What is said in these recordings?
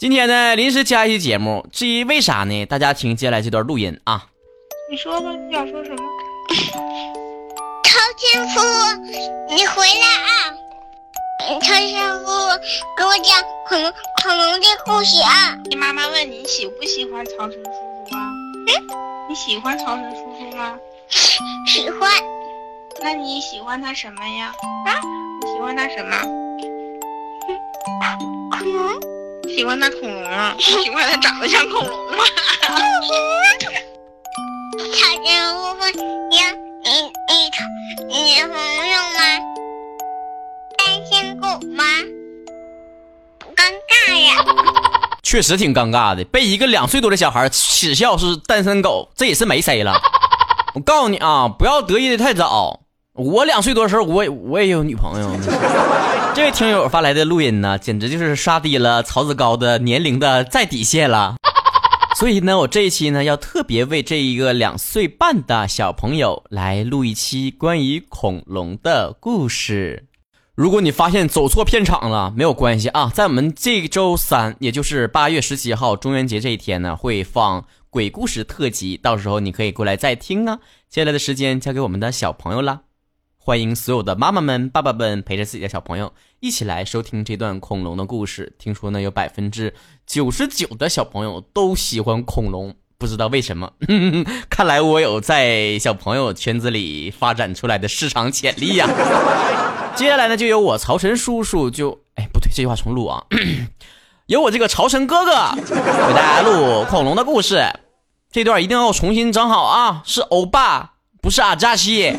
今天呢，临时加一期节目，至于为啥呢？大家听接下来这段录音啊。 你说吧，你想说什么？ 超前夫，你回来啊！超前夫，给我讲恐龙的故事啊！ 你妈妈问你喜不喜欢曹晨叔叔啊？你喜欢曹晨叔叔吗？ 喜欢。 那你喜欢他什么呀？你喜欢他什么？ 恐龙。 喜欢他恐龙啊？喜欢他长得像恐龙吗？ 超前夫妇，你的朋友吗？单身狗吗？不尴尬呀。 确实挺尴尬的，被一个2岁多的小孩耻笑是单身狗，这也是没谁了。我告诉你啊，不要得意的太早。我2岁多的时候，我也有女朋友。这位听友发来的录音呢，简直就是刷低了曹子高的年龄的再底线了。所以呢，我这一期呢，要特别为这一个2岁半的小朋友来录一期关于恐龙的故事。如果你发现走错片场了，没有关系啊，在我们这周3，也就是8月17号中元节这一天呢，会放鬼故事特辑，到时候你可以过来再听啊。接下来的时间交给我们的小朋友啦。欢迎所有的妈妈们、爸爸们陪着自己的小朋友一起来收听这段恐龙的故事。听说呢，有99%的小朋友都喜欢恐龙，不知道为什么。看来我有在小朋友圈子里发展出来的市场潜力呀。接下来呢，就由我曹晨叔叔不对，这句话重录啊。由我这个曹晨哥哥给大家录恐龙的故事。这段一定要重新整好啊，是欧巴，不是阿扎西。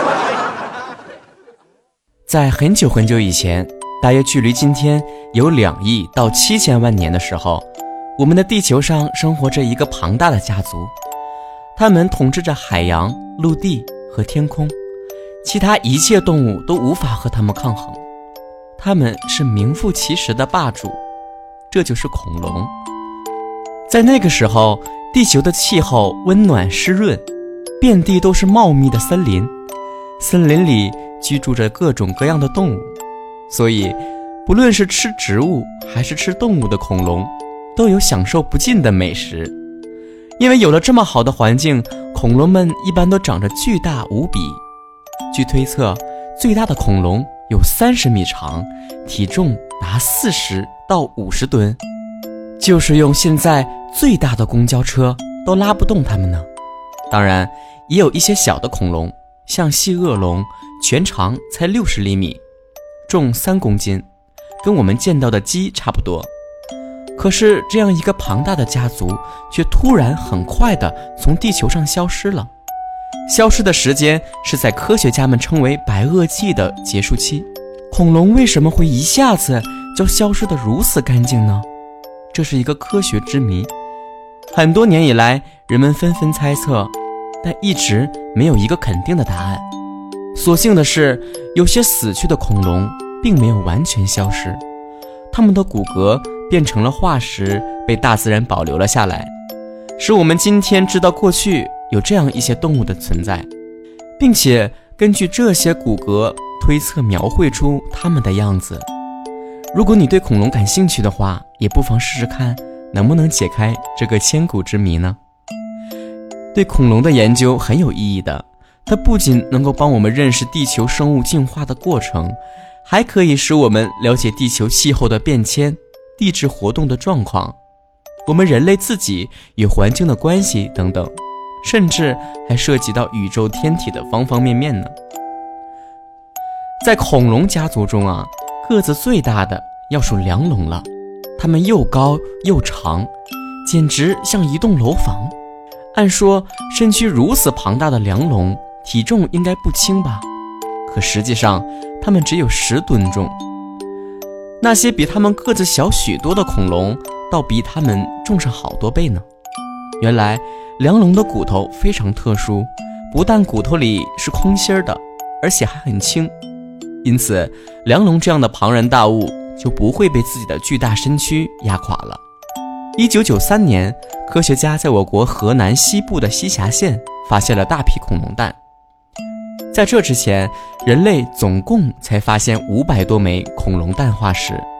在很久很久以前，大约距离今天有2亿到7000万年的时候，我们的地球上生活着一个庞大的家族，他们统治着海洋、陆地和天空，其他一切动物都无法和他们抗衡。他们是名副其实的霸主，这就是恐龙。在那个时候，地球的气候温暖湿润，遍地都是茂密的森林，森林里居住着各种各样的动物，所以不论是吃植物还是吃动物的恐龙，都有享受不尽的美食。因为有了这么好的环境，恐龙们一般都长着巨大无比。据推测，最大的恐龙有30米长，体重达40到50吨，就是用现在最大的公交车都拉不动它们呢。当然，也有一些小的恐龙，像细恶龙，全长才60厘米，重3公斤，跟我们见到的鸡差不多。可是这样一个庞大的家族却突然很快地从地球上消失了。消失的时间是在科学家们称为白垩纪的结束期。恐龙为什么会一下子就消失得如此干净呢？这是一个科学之谜。很多年以来，人们纷纷猜测，但一直没有一个肯定的答案。所幸的是，有些死去的恐龙并没有完全消失，它们的骨骼变成了化石，被大自然保留了下来，使我们今天知道过去有这样一些动物的存在，并且根据这些骨骼推测描绘出它们的样子。如果你对恐龙感兴趣的话，也不妨试试看能不能解开这个千古之谜呢？对恐龙的研究很有意义的，它不仅能够帮我们认识地球生物进化的过程，还可以使我们了解地球气候的变迁、地质活动的状况，我们人类自己与环境的关系等等，甚至还涉及到宇宙天体的方方面面呢。在恐龙家族中啊，个子最大的要数梁龙了，它们又高又长，简直像一栋楼房。按说身躯如此庞大的梁龙体重应该不轻吧，可实际上它们只有10吨重。那些比它们个子小许多的恐龙倒比它们重上好多倍呢。原来梁龙的骨头非常特殊，不但骨头里是空心的，而且还很轻，因此梁龙这样的庞然大物就不会被自己的巨大身躯压垮了。1993年，科学家在我国河南西部的栖霞县发现了大批恐龙蛋。在这之前，人类总共才发现500多枚恐龙蛋化石，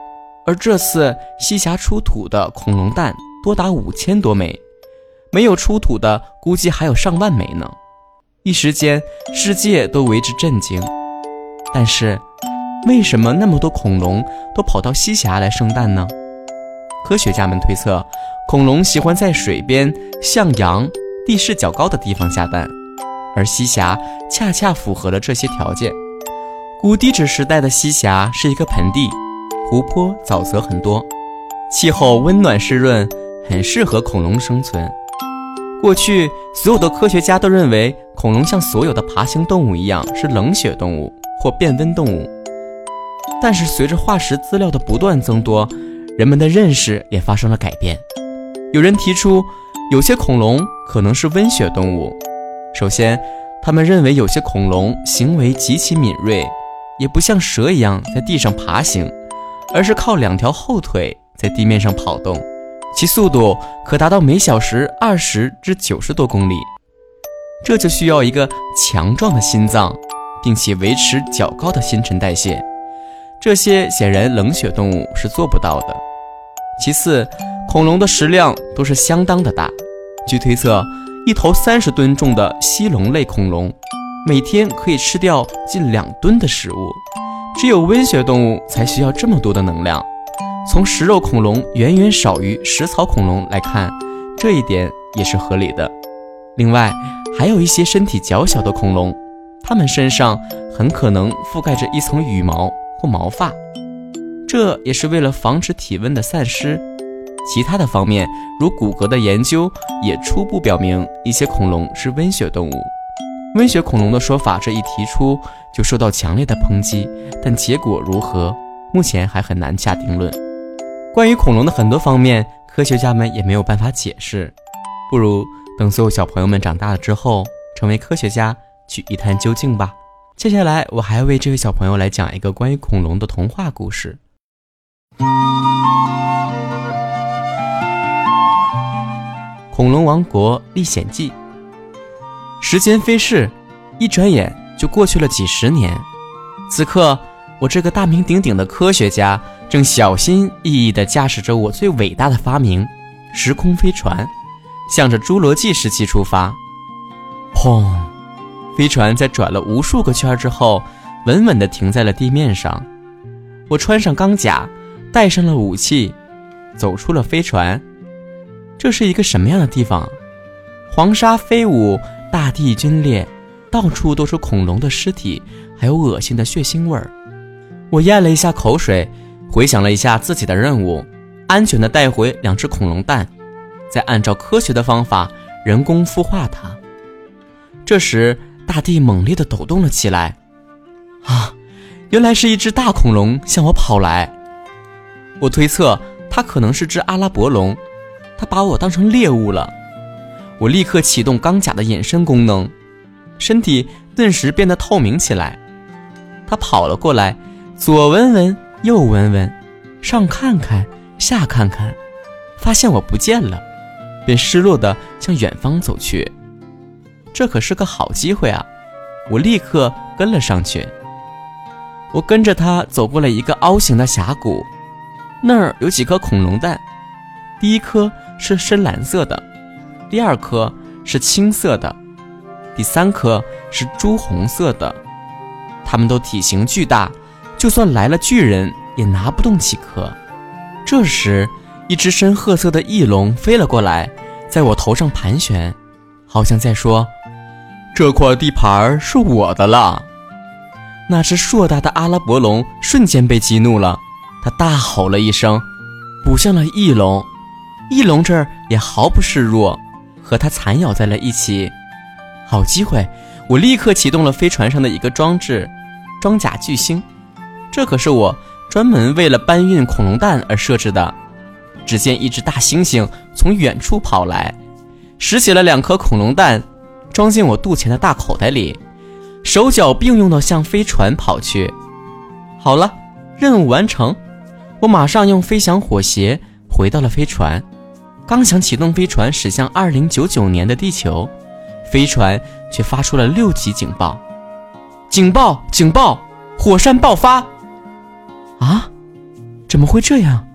而这次西峡出土的恐龙蛋多达5000多枚，没有出土的估计还有上万枚呢。一时间世界都为之震惊。但是为什么那么多恐龙都跑到西峡来生蛋呢？科学家们推测，恐龙喜欢在水边、向阳、地势较高的地方下蛋，而西峡恰恰符合了这些条件。古地质时代的西峡是一个盆地，湖泊、沼泽很多，气候温暖湿润，很适合恐龙生存。过去所有的科学家都认为恐龙像所有的爬行动物一样是冷血动物或变温动物，但是随着化石资料的不断增多，人们的认识也发生了改变。有人提出有些恐龙可能是温血动物。首先，他们认为有些恐龙行为极其敏锐，也不像蛇一样在地上爬行，而是靠2条后腿在地面上跑动，其速度可达到每小时20至90多公里。这就需要一个强壮的心脏，并且维持较高的新陈代谢，这些显然冷血动物是做不到的。其次，恐龙的食量都是相当的大。据推测，一头30吨重的犀龙类恐龙每天可以吃掉近2吨的食物，只有温血动物才需要这么多的能量。从食肉恐龙远远少于食草恐龙来看，这一点也是合理的。另外，还有一些身体较小的恐龙，它们身上很可能覆盖着一层羽毛或毛发，这也是为了防止体温的散失。其他的方面，如骨骼的研究也初步表明一些恐龙是温血动物。温血恐龙的说法这一提出就受到强烈的抨击，但结果如何，目前还很难下定论。关于恐龙的很多方面，科学家们也没有办法解释，不如等所有小朋友们长大了之后，成为科学家去一探究竟吧。接下来我还要为这位小朋友来讲一个关于恐龙的童话故事。恐龙王国历险记。时间飞逝，一转眼就过去了几十年。此刻，我这个大名鼎鼎的科学家正小心翼翼地驾驶着我最伟大的发明——时空飞船，向着侏罗纪时期出发。砰！飞船在转了无数个圈之后，稳稳地停在了地面上。我穿上钢甲，带上了武器，走出了飞船。这是一个什么样的地方？黄沙飞舞，大地龟裂，到处都是恐龙的尸体，还有恶心的血腥味儿。我咽了一下口水，回想了一下自己的任务，安全地带回2只恐龙蛋，再按照科学的方法人工孵化它。这时大地猛烈地抖动了起来。原来是一只大恐龙向我跑来。我推测它可能是只阿拉伯龙，它把我当成猎物了。我立刻启动钢甲的隐身功能，身体顿时变得透明起来。它跑了过来，左闻闻右闻闻，上看看下看看，发现我不见了，便失落地向远方走去。这可是个好机会啊！我立刻跟了上去。我跟着它走过了一个凹形的峡谷，那儿有几颗恐龙蛋，第一颗是深蓝色的，第2颗是青色的，第3颗是朱红色的。它们都体型巨大，就算来了巨人也拿不动几颗。这时，一只深褐色的翼龙飞了过来，在我头上盘旋，好像在说：“这块地盘是我的了。”那只硕大的阿拉伯龙瞬间被激怒了，它大吼了一声，捕向了翼龙。翼龙这儿也毫不示弱，和它缠咬在了一起。好机会，我立刻启动了飞船上的一个装置——装甲巨星。这可是我专门为了搬运恐龙蛋而设置的。只见一只大猩猩从远处跑来，拾起了2颗恐龙蛋，装进我肚前的大口袋里，手脚并用地向飞船跑去。好了，任务完成。我马上用飞翔火鞋回到了飞船，刚想启动飞船驶向2099年的地球，飞船却发出了6级警报。警报！警报！火山爆发！啊，怎么会这样？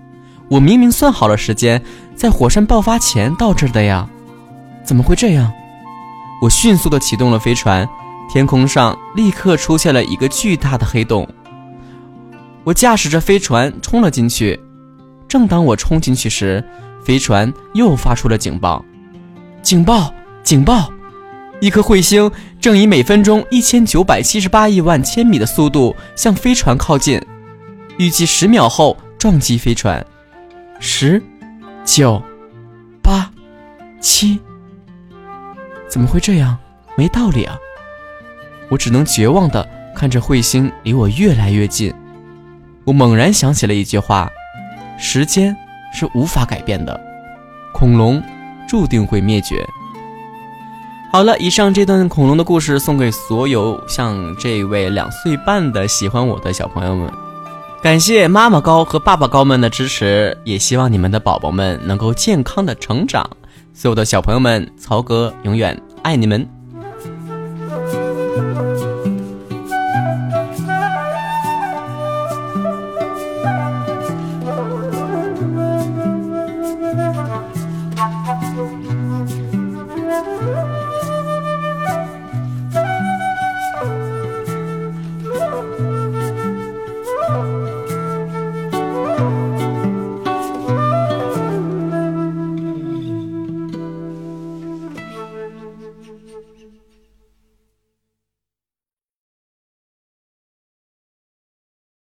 我明明算好了时间，在火山爆发前到这儿的呀，怎么会这样？我迅速地启动了飞船，天空上立刻出现了一个巨大的黑洞。我驾驶着飞船冲了进去，正当我冲进去时，飞船又发出了警报！警报！警报！一颗彗星正以每分钟1978亿万千米的速度向飞船靠近，预计10秒后撞击飞船。10、9、8、7，怎么会这样？没道理啊！我只能绝望地看着彗星离我越来越近。我猛然想起了一句话：时间是无法改变的，恐龙注定会灭绝。好了，以上这段恐龙的故事送给所有像这位2岁半的喜欢我的小朋友们，感谢妈妈高和爸爸高们的支持，也希望你们的宝宝们能够健康的成长。所有的小朋友们，曹哥永远爱你们。